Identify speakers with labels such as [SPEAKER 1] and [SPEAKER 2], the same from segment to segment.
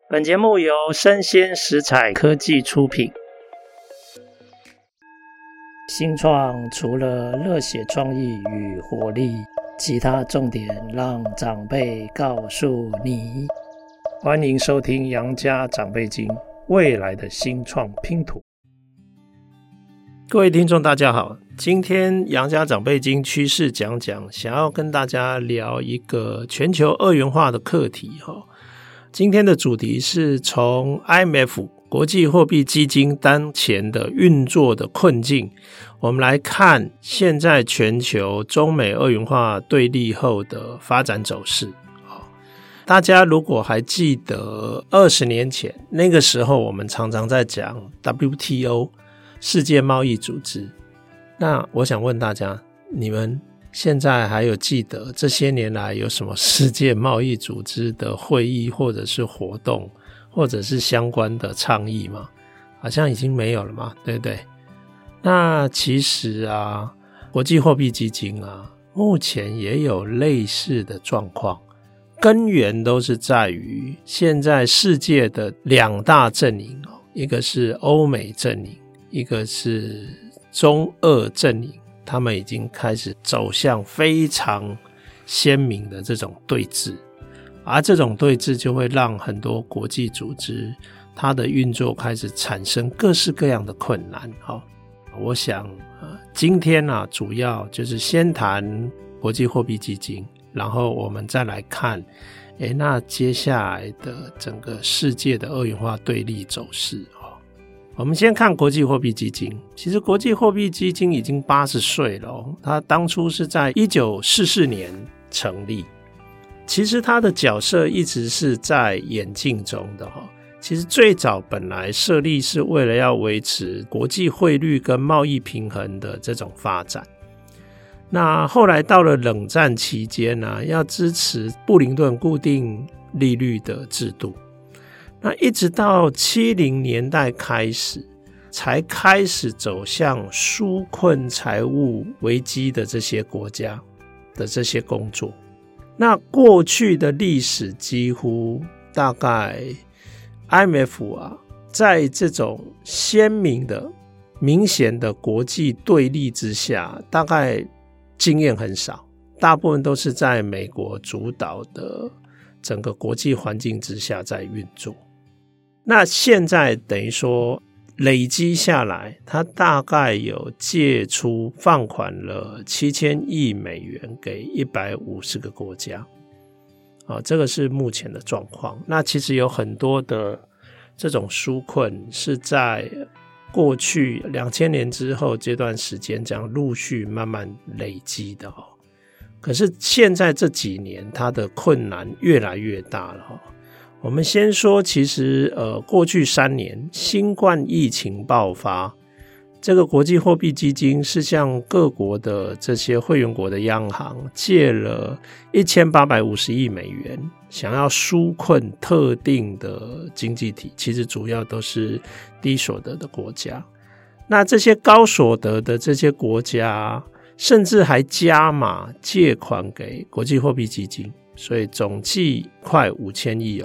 [SPEAKER 1] 本节目由生鲜食材科技出品。新创除了热血创意与活力，其他重点让长辈告诉你。欢迎收听杨家长辈经，未来的新创拼图。各位听众大家好，今天杨家长辈经趋势讲讲，想要跟大家聊一个全球二元化的课题。今天的主题是从 IMF 国际货币基金当前的运作的困境，我们来看现在全球中美二元化对立后的发展走势。大家如果还记得20年前，那个时候我们常常在讲 WTO 世界贸易组织，那我想问大家，你们现在还有记得这些年来有什么世界贸易组织的会议或者是活动或者是相关的倡议吗？好像已经没有了嘛，对不对？那其实啊，国际货币基金啊，目前也有类似的状况，根源都是在于现在世界的两大阵营，一个是欧美阵营，一个是中俄阵营，他们已经开始走向非常鲜明的这种对峙，而这种对峙就会让很多国际组织它的运作开始产生各式各样的困难。我想今天主要就是先谈国际货币基金，然后我们再来看那接下来的整个世界的二元化对立走势。我们先看国际货币基金，其实国际货币基金已经80岁了，它当初是在1944年成立，其实它的角色一直是在演进中的。其实最早本来设立是为了要维持国际汇率跟贸易平衡的这种发展，那后来到了冷战期间要支持布林顿固定利率的制度，那一直到70年代开始才开始走向纾困财务危机的这些国家的这些工作。那过去的历史几乎大概 IMF 在这种鲜明的明显的国际对立之下，大概经验很少，大部分都是在美国主导的整个国际环境之下在运作。那现在等于说累积下来，它大概有借出放款了7000亿美元给150个国家，这个是目前的状况。那其实有很多的这种纾困是在过去2000年之后这段时间这样陆续慢慢累积的。可是现在这几年它的困难越来越大了。我们先说，其实过去3年新冠疫情爆发，这个国际货币基金是向各国的这些会员国的央行借了1850亿美元，想要纾困特定的经济体，其实主要都是低所得的国家。那这些高所得的这些国家甚至还加码借款给国际货币基金，所以总计快5000亿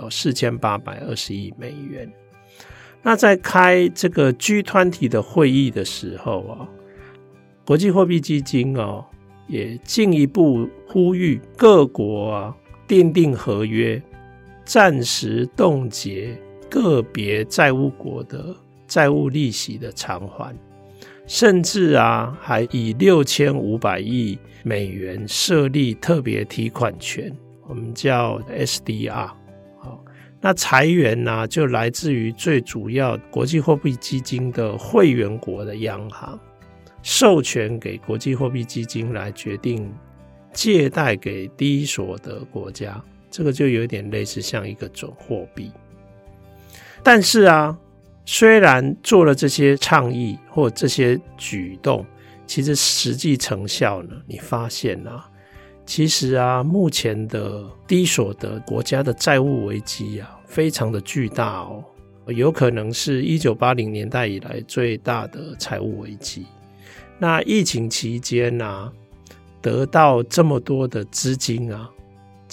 [SPEAKER 1] 4820亿美元。那在开这个 G20 的会议的时候国际货币基金也进一步呼吁各国订定合约，暂时冻结个别债务国的债务利息的偿还，甚至还以6500亿美元设立特别提款权，我们叫 SDR。 那财源就来自于最主要国际货币基金的会员国的央行，授权给国际货币基金来决定借贷给低所得国家，这个就有点类似像一个准货币。但是虽然做了这些倡议或这些举动，其实实际成效呢，你发现其实目前的低所得国家的债务危机非常的巨大有可能是1980年代以来最大的财务危机。那疫情期间得到这么多的资金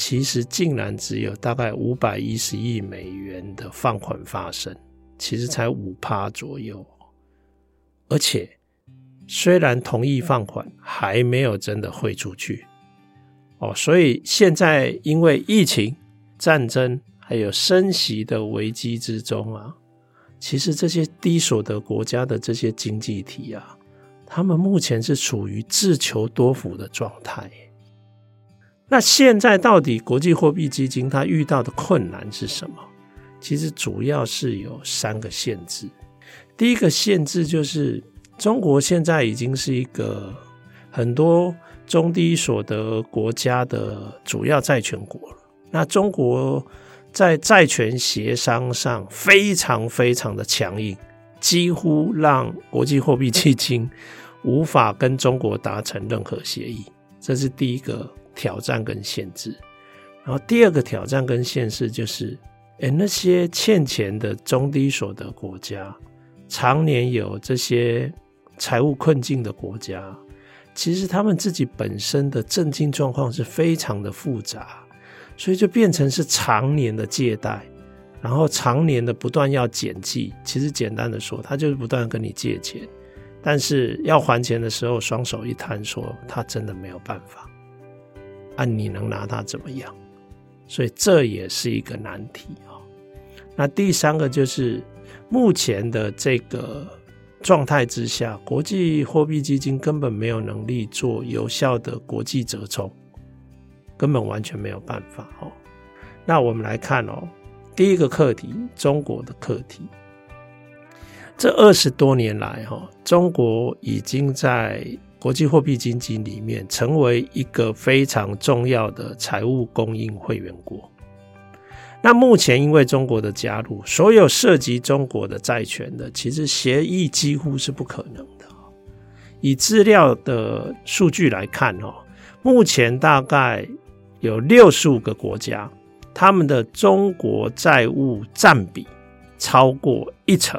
[SPEAKER 1] 其实竟然只有大概510亿美元的放款发生，其实才 5% 左右。而且虽然同意放款，还没有真的汇出去所以现在因为疫情、战争还有升息的危机之中啊，其实这些低所得国家的这些经济体啊，他们目前是处于自求多福的状态。那现在到底国际货币基金它遇到的困难是什么？其实主要是有3个限制。第一个限制就是中国现在已经是一个很多中低所得国家的主要债权国了。那中国在债权协商上非常非常的强硬，几乎让国际货币基金无法跟中国达成任何协议，这是第一个挑战跟限制。然后第二个挑战跟限制就是那些欠钱的中低所得国家，常年有这些财务困境的国家，其实他们自己本身的政经状况是非常的复杂，所以就变成是常年的借贷，然后常年的不断要减记。其实简单的说，他就是不断跟你借钱，但是要还钱的时候双手一摊说他真的没有办法你能拿他怎么样？所以这也是一个难题那第3个就是目前的这个状态之下，国际货币基金根本没有能力做有效的国际折冲，根本完全没有办法那我们来看第一个课题，中国的课题。这20多年来中国已经在国际货币基金里面成为一个非常重要的财务供应会员国。那目前因为中国的加入，所有涉及中国的债权的，其实协议几乎是不可能的。以资料的数据来看目前大概有65个国家，他们的中国债务占比超过1%。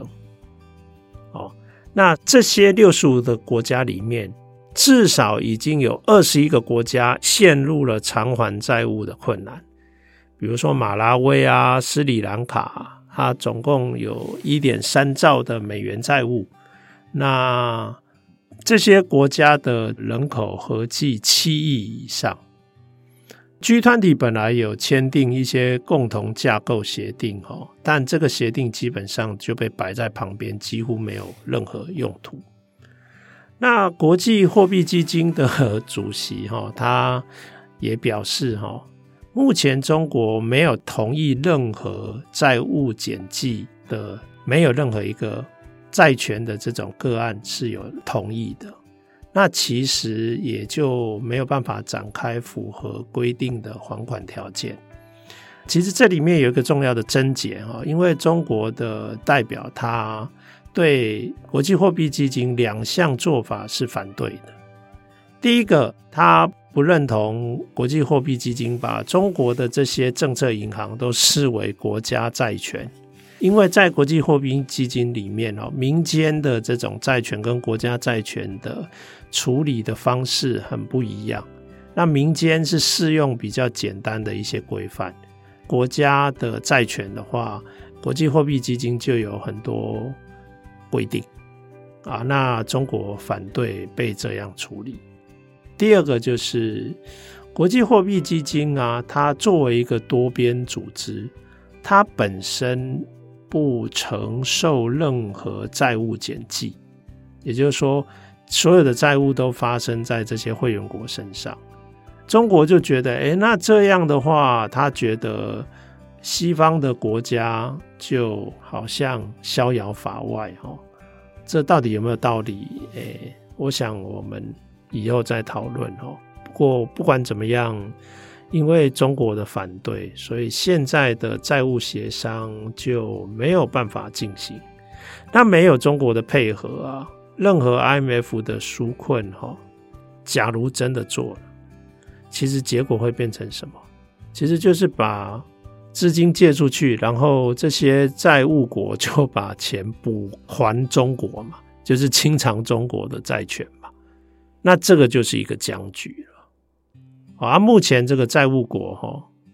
[SPEAKER 1] 那这些65个国家里面，至少已经有21个国家陷入了偿还债务的困难。比如说马拉维啊、斯里兰卡，它总共有 1.3 兆的美元债务。那这些国家的人口合计7亿以上。G20 本来有签订一些共同架构协定但这个协定基本上就被摆在旁边，几乎没有任何用途。那国际货币基金的主席他也表示目前中国没有同意任何债务减记的，没有任何一个债权的这种个案是有同意的。那其实也就没有办法展开符合规定的还款条件。其实这里面有一个重要的症结因为中国的代表他对国际货币基金2项做法是反对的。第一个，他不认同国际货币基金把中国的这些政策银行都视为国家债权，因为在国际货币基金里面民间的这种债权跟国家债权的处理的方式很不一样。那民间是适用比较简单的一些规范，国家的债权的话，国际货币基金就有很多规定那中国反对被这样处理。第二个就是国际货币基金它作为一个多边组织，它本身不承受任何债务减记，也就是说所有的债务都发生在这些会员国身上。中国就觉得那这样的话，他觉得西方的国家就好像逍遥法外这到底有没有道理我想我们以后再讨论不过不管怎么样，因为中国的反对，所以现在的债务协商就没有办法进行。那没有中国的配合任何 IMF 的纾困假如真的做了，其实结果会变成什么？其实就是把资金借出去，然后这些债务国就把钱补还中国嘛，就是清偿中国的债权嘛。那这个就是一个僵局了目前这个债务国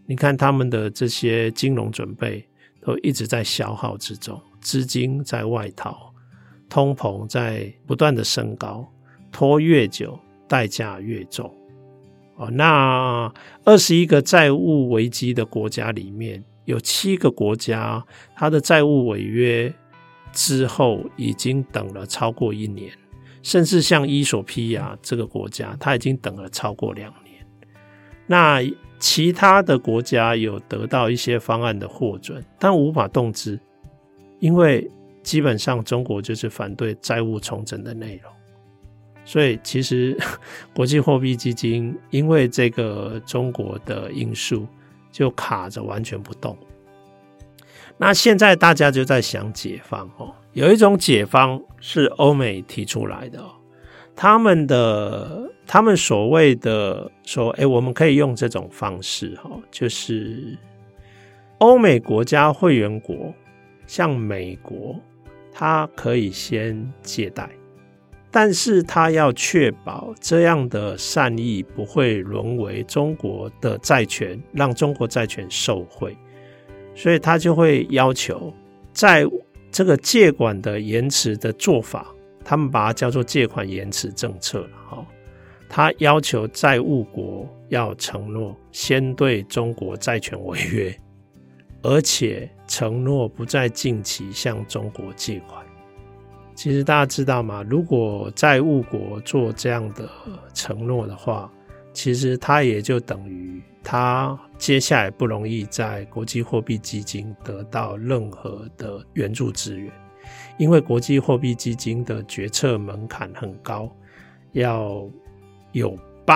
[SPEAKER 1] 你看他们的这些金融准备都一直在消耗之中，资金在外逃，通膨在不断的升高，拖越久代价越重。那21个债务危机的国家里面，有7个国家它的债务违约之后已经等了超过1年，甚至像伊索比亚这个国家，它已经等了超过2年。那其他的国家有得到一些方案的获准，但无法动支，因为基本上中国就是反对债务重整的内容。所以其实国际货币基金因为这个中国的因素就卡着完全不动。那现在大家就在想解方有一种解方是欧美提出来的他们所谓的说我们可以用这种方式就是欧美国家会员国像美国它可以先借贷，但是他要确保这样的善意不会沦为中国的债权，让中国债权受贿，所以他就会要求在这个借款的延迟的做法，他们把它叫做借款延迟政策他要求债务国要承诺先对中国债权违约，而且承诺不在近期向中国借款。其实大家知道吗？如果债务国做这样的承诺的话，其实它也就等于它接下来不容易在国际货币基金得到任何的援助资源，因为国际货币基金的决策门槛很高，要有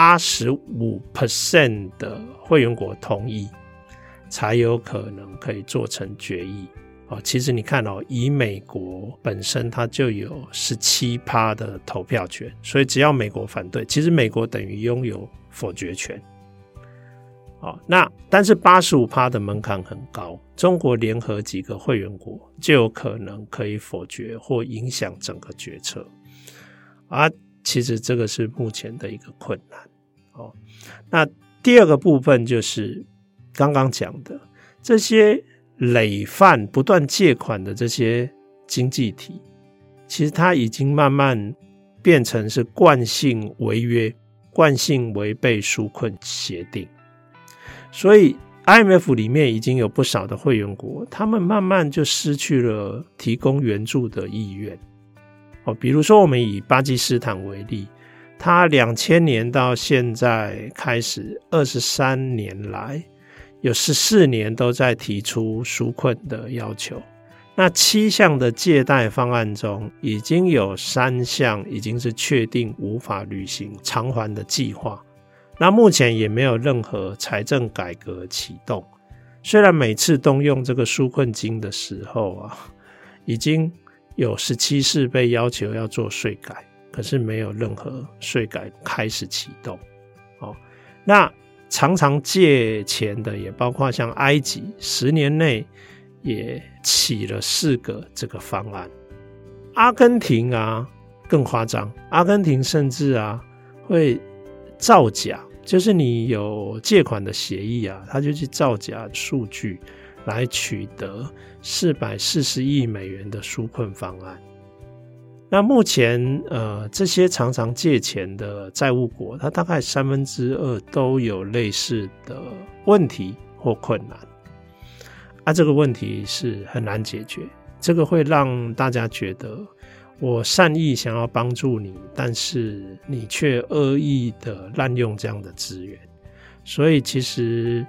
[SPEAKER 1] 85% 的会员国同意才有可能可以做成决议。其实你看以美国本身它就有 17% 的投票权，所以只要美国反对，其实美国等于拥有否决权。但是 85% 的门槛很高，中国联合几个会员国就有可能可以否决或影响整个决策其实这个是目前的一个困难那第二个部分就是刚刚讲的这些累犯不断借款的这些经济体，其实它已经慢慢变成是惯性违约、惯性违背纾困协定。所以 IMF 里面已经有不少的会员国，他们慢慢就失去了提供援助的意愿。比如说我们以巴基斯坦为例，它2000年到现在开始23年来有14年都在提出纾困的要求，那7项的借贷方案中已经有3项已经是确定无法履行偿还的计划，那目前也没有任何财政改革启动。虽然每次动用这个纾困金的时候已经有17次被要求要做税改，可是没有任何税改开始启动那常常借钱的也包括像埃及，10年内也起了4个这个方案。阿根廷更夸张，阿根廷甚至会造假，就是你有借款的协议他就去造假数据来取得440亿美元的纾困方案。那目前这些常常借钱的债务国，它大概2/3都有类似的问题或困难这个问题是很难解决，这个会让大家觉得我善意想要帮助你，但是你却恶意的滥用这样的资源。所以其实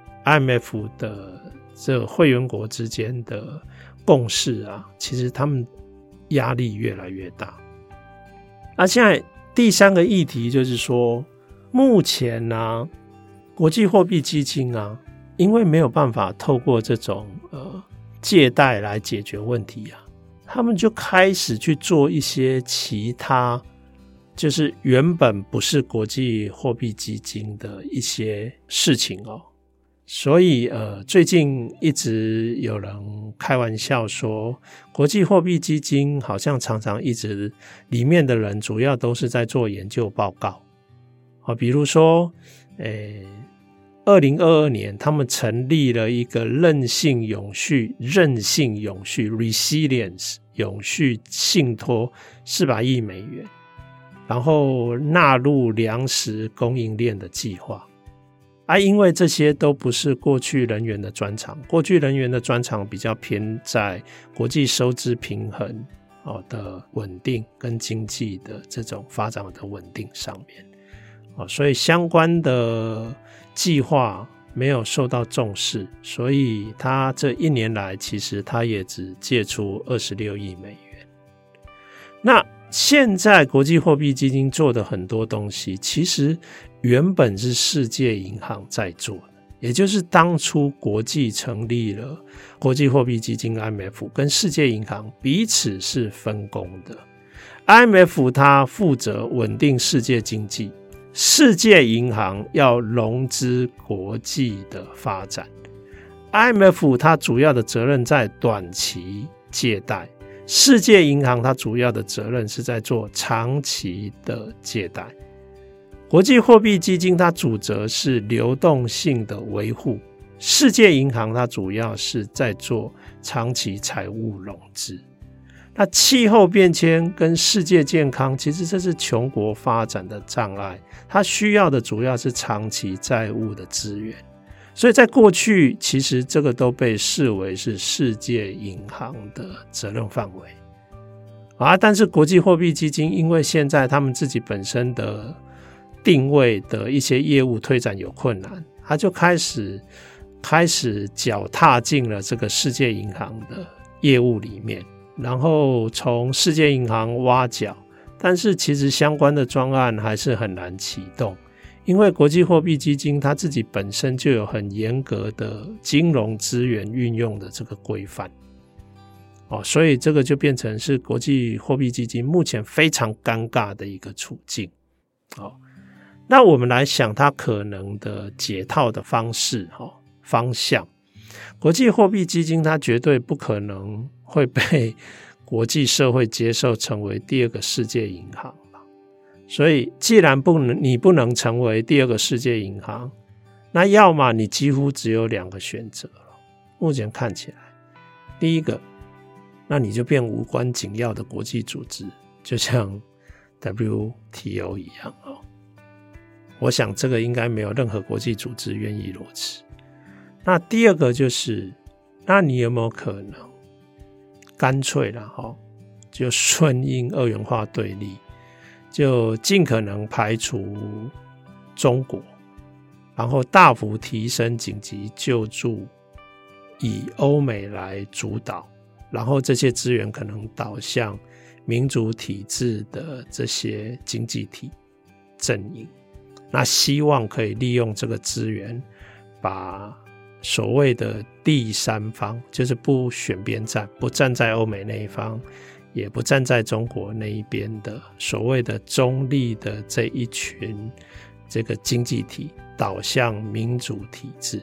[SPEAKER 1] IMF 的这会员国之间的共识其实他们压力越来越大。现在第3个议题就是说，目前国际货币基金因为没有办法透过这种借贷来解决问题他们就开始去做一些其他就是原本不是国际货币基金的一些事情所以最近一直有人开玩笑说，国际货币基金好像常常一直里面的人主要都是在做研究报告比如说 2022年他们成立了一个韧性永续 Resilience 永续信托400亿美元，然后纳入粮食供应链的计划。因为这些都不是过去人员的专长，过去人员的专长比较偏在国际收支平衡的稳定跟经济的这种发展的稳定上面，所以相关的计划没有受到重视，所以他这1年来其实他也只借出26亿美元。那现在国际货币基金做的很多东西其实原本是世界银行在做的，也就是当初国际成立了国际货币基金 IMF 跟世界银行彼此是分工的。 IMF 它负责稳定世界经济，世界银行要融资国际的发展。 IMF 它主要的责任在短期借贷，世界银行它主要的责任是在做长期的借贷。国际货币基金它主责是流动性的维护，世界银行它主要是在做长期财务融资。那气候变迁跟世界健康其实这是穷国发展的障碍，它需要的主要是长期债务的资源，所以在过去其实这个都被视为是世界银行的责任范围但是国际货币基金因为现在他们自己本身的定位的一些业务推展有困难，他就开始脚踏进了这个世界银行的业务里面，然后从世界银行挖角，但是其实相关的专案还是很难启动，因为国际货币基金它自己本身就有很严格的金融资源运用的这个规范所以这个就变成是国际货币基金目前非常尴尬的一个处境那我们来想它可能的解套的方式方向。国际货币基金它绝对不可能会被国际社会接受成为第二个世界银行，所以既然你不能成为第二个世界银行，那要么你几乎只有2个选择了。目前看起来，第一个，那你就变无关紧要的国际组织，就像 WTO 一样我想这个应该没有任何国际组织愿意如此。那第二个就是，那你有没有可能干脆就顺应2元化对立，就尽可能排除中国，然后大幅提升紧急救助，以欧美来主导，然后这些资源可能导向民主体制的这些经济体阵营，那希望可以利用这个资源把所谓的第三方，就是不选边站，不站在欧美那一方，也不站在中国那一边的所谓的中立的这一群这个经济体导向民主体制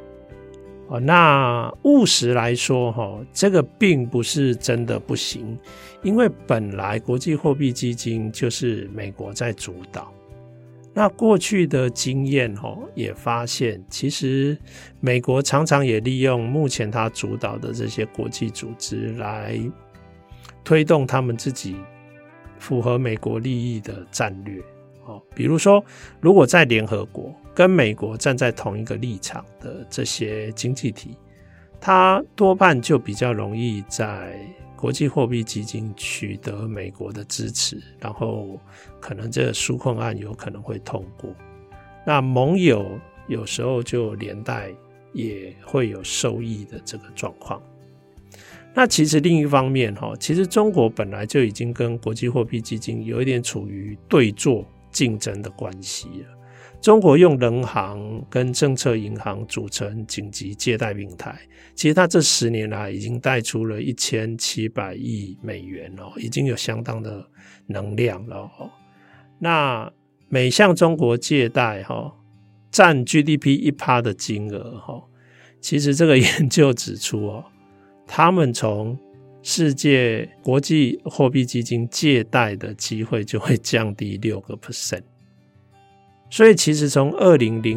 [SPEAKER 1] 那务实来说这个并不是真的不行，因为本来国际货币基金就是美国在主导，那过去的经验也发现，其实美国常常也利用目前他主导的这些国际组织来推动他们自己符合美国利益的战略比如说如果在联合国跟美国站在同一个立场的这些经济体，它多半就比较容易在国际货币基金取得美国的支持，然后可能这个纾困案有可能会通过，那盟友有时候就连带也会有受益的这个状况。那其实另一方面其实中国本来就已经跟国际货币基金有一点处于对坐竞争的关系了。中国用人行跟政策银行组成紧急借贷平台，其实它这10年来已经贷出了1700亿美元已经有相当的能量了那每向中国借贷占 GDP 1% 的金额其实这个研究指出他们从世界国际货币基金借贷的机会就会降低 6%。所以其实从2000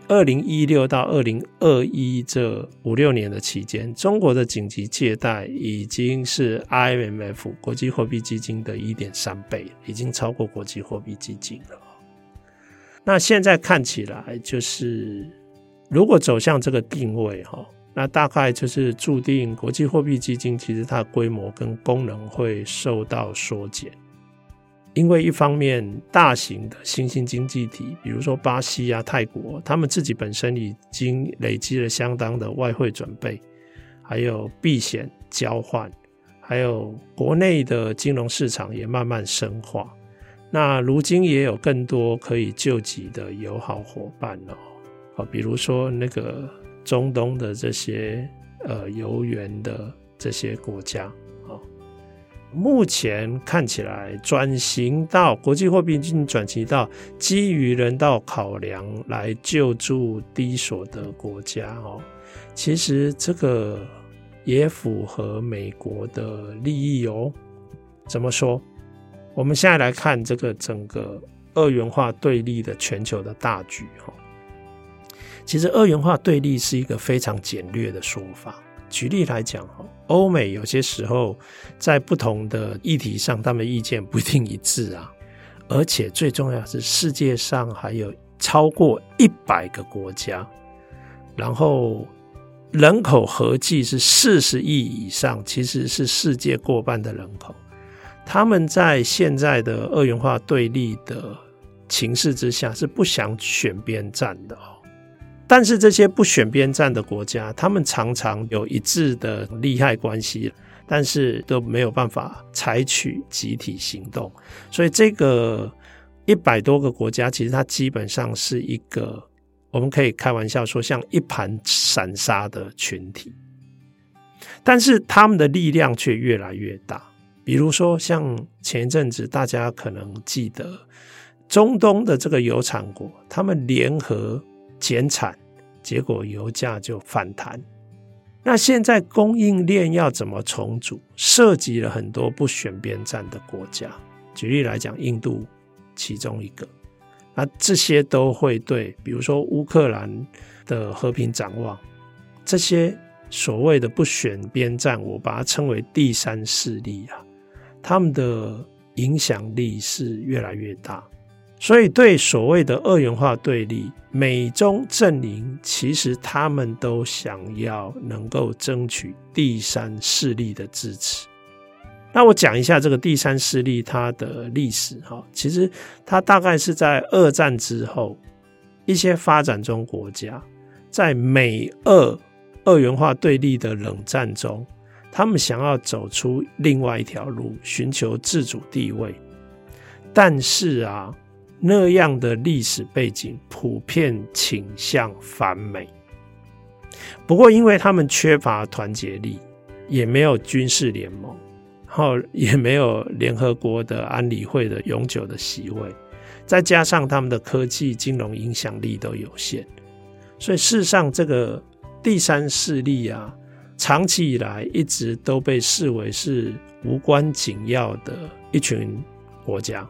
[SPEAKER 1] 2016到2021这5-6年的期间，中国的紧急借贷已经是 IMF 国际货币基金的 1.3 倍，已经超过国际货币基金了。那现在看起来就是如果走向这个定位，那大概就是注定国际货币基金其实它的规模跟功能会受到缩减。因为一方面大型的新兴经济体，比如说巴西啊、泰国，他们自己本身已经累积了相当的外汇准备，还有避险交换，还有国内的金融市场也慢慢深化。那如今也有更多可以救济的友好伙伴比如说那个中东的这些油源的这些国家。目前看起来转型到国际货币基金，转型到基于人道考量来救助低所得国家其实这个也符合美国的利益怎么说？我们现在来看这个整个二元化对立的全球的大局其实二元化对立是一个非常简略的说法。举例来讲，欧美有些时候在不同的议题上他们的意见不一定一致啊，而且最重要的是世界上还有超过100个国家，然后人口合计是40亿以上，其实是世界过半的人口。他们在现在的二元化对立的情势之下是不想选边站的但是这些不选边站的国家，他们常常有一致的利害关系，但是都没有办法采取集体行动。所以这个100多个国家，其实它基本上是一个，我们可以开玩笑说像一盘散沙的群体，但是他们的力量却越来越大。比如说像前一阵子大家可能记得中东的这个油产国，他们联合减产，结果油价就反弹。那现在供应链要怎么重组，涉及了很多不选边站的国家。举例来讲，印度其中一个，那这些都会对比如说乌克兰的和平展望，这些所谓的不选边站，我把它称为第三势力他们的影响力是越来越大。所以对所谓的二元化对立，美中阵营其实他们都想要能够争取第三势力的支持。那我讲一下这个第三势力它的历史其实它大概是在二战之后，一些发展中国家在美俄二元化对立的冷战中，他们想要走出另外一条路，寻求自主地位。但是那样的历史背景普遍倾向反美。不过因为他们缺乏团结力，也没有军事联盟，也没有联合国的安理会的永久的席位，再加上他们的科技金融影响力都有限，所以事实上这个第三势力长期以来一直都被视为是无关紧要的一群国家。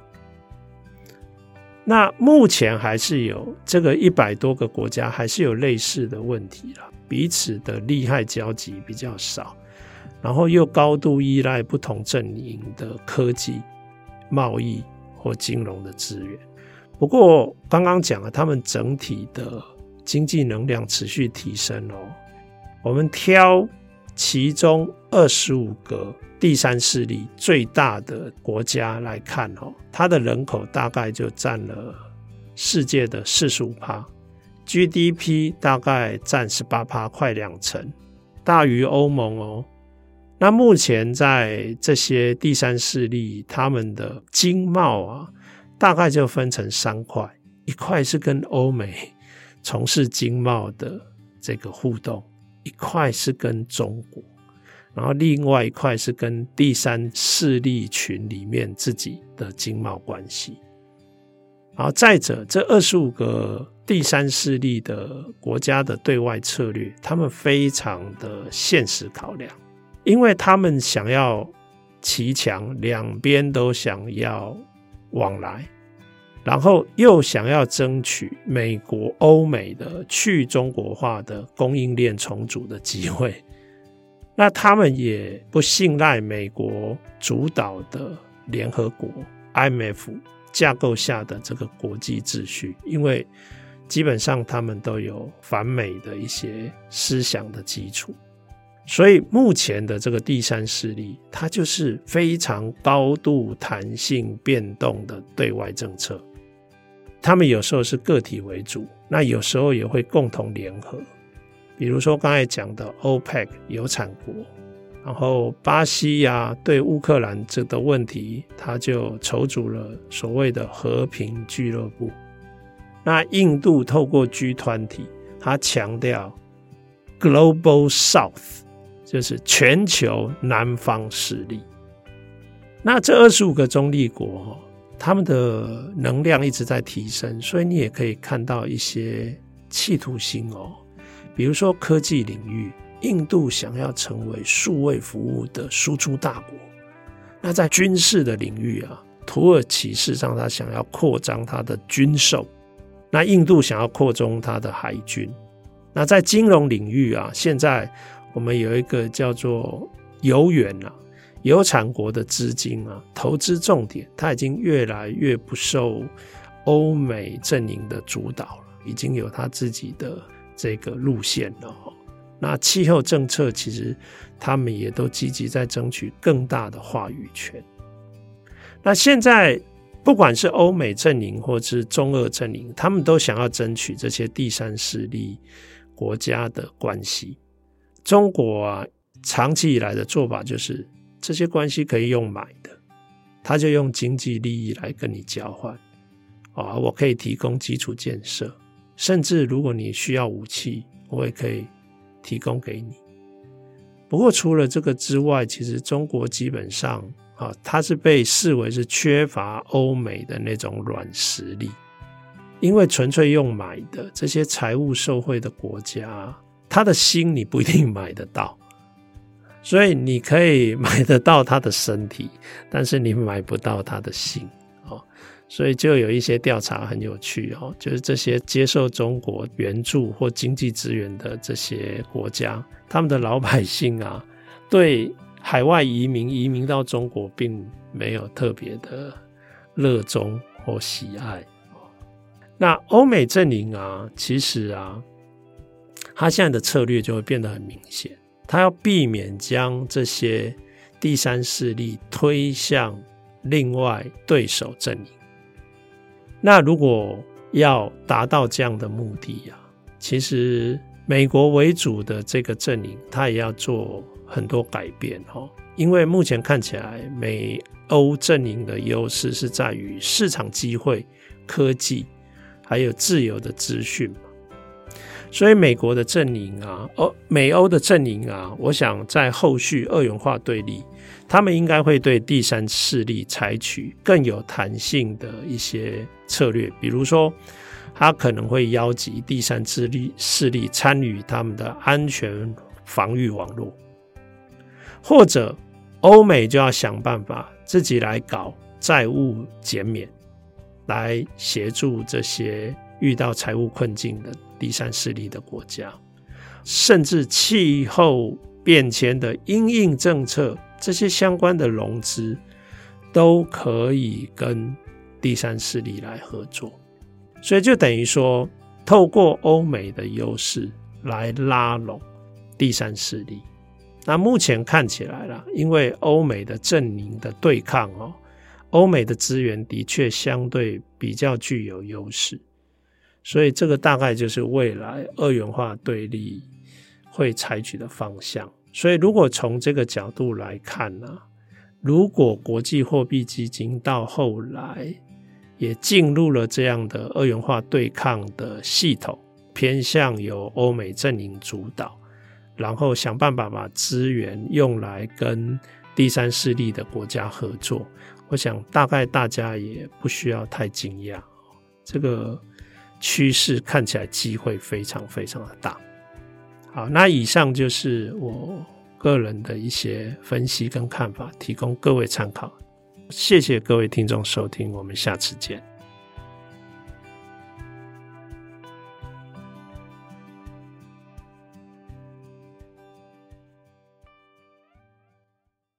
[SPEAKER 1] 那目前还是有这个100多个国家还是有类似的问题啦，彼此的利害交集比较少，然后又高度依赖不同阵营的科技、贸易或金融的资源。不过刚刚讲了，他们整体的经济能量持续提升我们挑其中25个第三势力最大的国家来看它的人口大概就占了世界的 45%， GDP 大概占 18%， 快20%，大于欧盟那目前在这些第三势力，他们的经贸大概就分成3块，一块是跟欧美从事经贸的这个互动，一块是跟中国，然后另外一块是跟第三势力群里面自己的经贸关系。然后再者，这25个第三势力的国家的对外策略，他们非常的现实考量，因为他们想要齐强，两边都想要往来， 然后又想要争取美国、欧美的去中国化的供应链重组的机会。那他们也不信赖美国主导的联合国 IMF 架构下的这个国际秩序，因为基本上他们都有反美的一些思想的基础。所以目前的这个第三势力，它就是非常高度弹性变动的对外政策。他们有时候是个体为主，那有时候也会共同联合。比如说刚才讲的 OPEC 有产国，然后巴西对乌克兰这个问题，他就筹组了所谓的和平俱乐部。那印度透过 G20， 他强调 Global South， 就是全球南方势力。那这25个中立国他们的能量一直在提升，所以你也可以看到一些企图心比如说科技领域，印度想要成为数位服务的输出大国。那在军事的领域土耳其事实上他想要扩张他的军售，那印度想要扩充他的海军。那在金融领域现在我们有一个叫做油源有产国的资金投资重点它已经越来越不受欧美阵营的主导了，已经有它自己的这个路线了。那气候政策其实他们也都积极在争取更大的话语权。那现在不管是欧美阵营或是中俄阵营，他们都想要争取这些第三势力国家的关系。中国长期以来的做法就是这些关系可以用买的，他就用经济利益来跟你交换我可以提供基础建设，甚至如果你需要武器，我也可以提供给你。不过除了这个之外，其实中国基本上它是被视为是缺乏欧美的那种软实力，因为纯粹用买的这些财务受惠的国家，他的心你不一定买得到，所以你可以买得到他的身体，但是你买不到他的心所以就有一些调查很有趣就是这些接受中国援助或经济资源的这些国家，他们的老百姓对海外移民到中国并没有特别的热衷或喜爱。那欧美阵营其实他现在的策略就会变得很明显，他要避免将这些第三势力推向另外对手阵营。那如果要达到这样的目的其实美国为主的这个阵营他也要做很多改变因为目前看起来美欧阵营的优势是在于市场机会、科技还有自由的资讯所以美国的阵营美欧的阵营我想在后续二元化对立，他们应该会对第三势力采取更有弹性的一些策略，比如说他可能会邀集第三势力参与他们的安全防御网络，或者欧美就要想办法自己来搞债务减免，来协助这些遇到财务困境的第三势力的国家，甚至气候变迁的因应政策，这些相关的融资都可以跟第三势力来合作。所以就等于说透过欧美的优势来拉拢第三势力。那目前看起来啦，因为欧美的阵营的对抗欧美的资源的确相对比较具有优势，所以这个大概就是未来二元化对立会采取的方向。所以如果从这个角度来看如果国际货币基金到后来也进入了这样的二元化对抗的系统，偏向由欧美阵营主导，然后想办法把资源用来跟第三势力的国家合作，我想大概大家也不需要太惊讶，这个趋势看起来机会非常非常的大。好，那以上就是我个人的一些分析跟看法，提供各位参考。谢谢各位听众收听，我们下次见。